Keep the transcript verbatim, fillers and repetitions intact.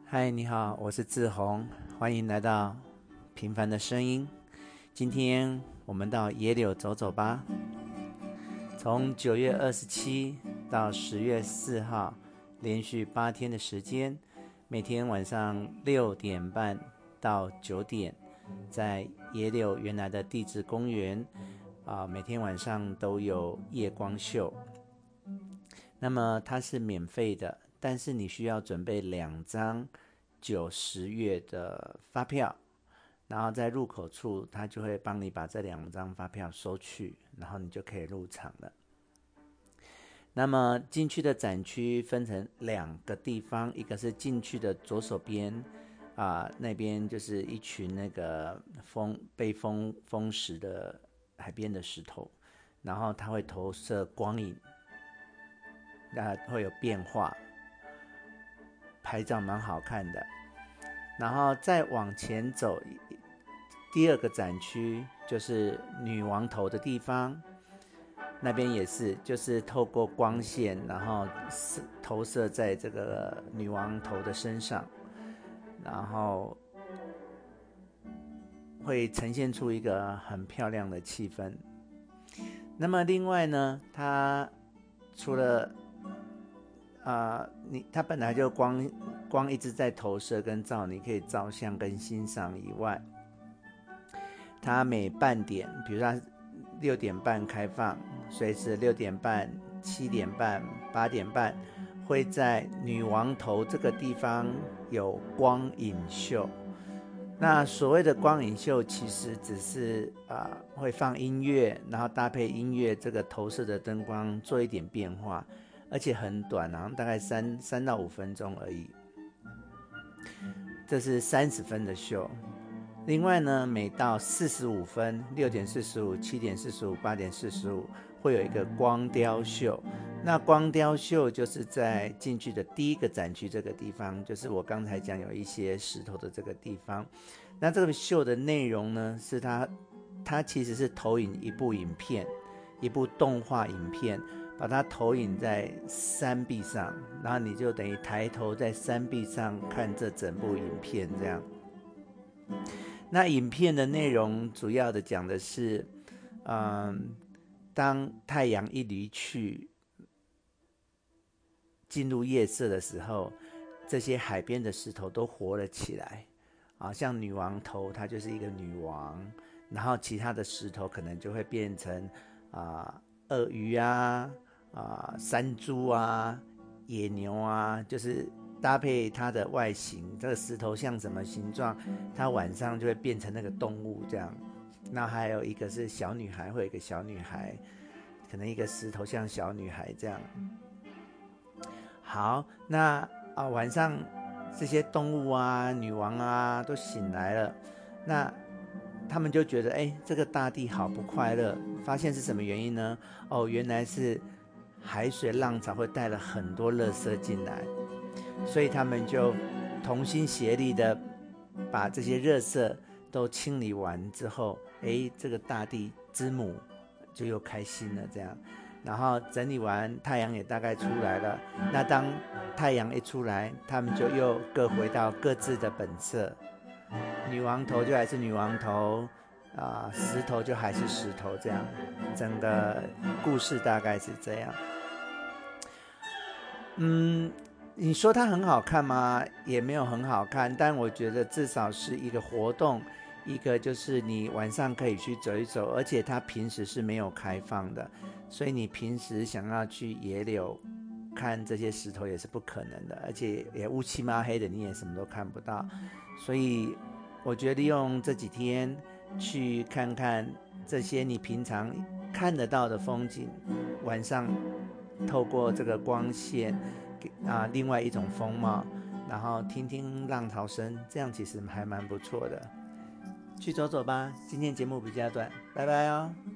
嗨，你好，我是志宏，欢迎来到平凡的声音。今天我们到野柳走走吧。从九月二十七到十月四号，连续八天的时间，每天晚上六点半到九点，在野柳原来的地质公园啊，每天晚上都有夜光秀。那么它是免费的，但是你需要准备两张九十月的发票，然后在入口处他就会帮你把这两张发票收去，然后你就可以入场了。那么进去的展区分成两个地方，一个是进去的左手边啊，那边就是一群那个风被风风蚀的海边的石头，然后它会投射光影，那会有变化，拍照蛮好看的。然后再往前走，第二个展区就是女王头的地方，那边也是，就是透过光线，然后投射在这个女王头的身上，然后会呈现出一个很漂亮的气氛。那么另外呢，它除了啊、呃，你它本来就光光一直在投射跟照，你可以照相跟欣赏以外，它每半点，比如说它六点半开放，随时六点半、七点半、八点半，会在女王头这个地方有光影秀。那所谓的光影秀，其实只是啊、呃、会放音乐，然后搭配音乐这个投射的灯光做一点变化。而且很短啊，大概三三到五分钟而已。这是三十分的秀。另外呢，每到四十五分，六点四十五、七点四十五、八点四十五，会有一个光雕秀。那光雕秀就是在进去的第一个展区这个地方，就是我刚才讲有一些石头的这个地方。那这个秀的内容呢，是它它其实是投影一部影片，一部动画影片。把它投影在山壁上，然后你就等于抬头在山壁上看这整部影片这样。那影片的内容主要的讲的是，嗯，当太阳一离去，进入夜色的时候，这些海边的石头都活了起来。啊，像女王头，它就是一个女王，然后其他的石头可能就会变成啊、呃、鳄鱼啊。啊、呃，山猪啊，野牛啊，就是搭配它的外形，这个石头像什么形状，它晚上就会变成那个动物这样。那还有一个是小女孩，会有一个小女孩，可能一个石头像小女孩这样。好，那啊晚上这些动物啊、女王啊都醒来了，那他们就觉得，哎，这个大地好不快乐。发现是什么原因呢？哦，原来是海水浪潮会带了很多垃圾进来，所以他们就同心协力的把这些垃圾都清理完之后，诶，这个大地之母就又开心了这样。然后整理完，太阳也大概出来了。那当太阳一出来，他们就又各回到各自的本色。女王头就还是女王头，啊、呃，石头就还是石头，这样，整个故事大概是这样。嗯，你说它很好看吗？也没有很好看，但我觉得至少是一个活动，一个就是你晚上可以去走一走，而且它平时是没有开放的，所以你平时想要去野柳看这些石头也是不可能的，而且也乌漆嘛黑的，你也什么都看不到，所以我觉得用这几天去看看这些你平常看得到的风景，晚上透过这个光线啊，另外一种风貌，然后听听浪潮声，这样其实还蛮不错的。去走走吧，今天节目比较短，拜拜哦。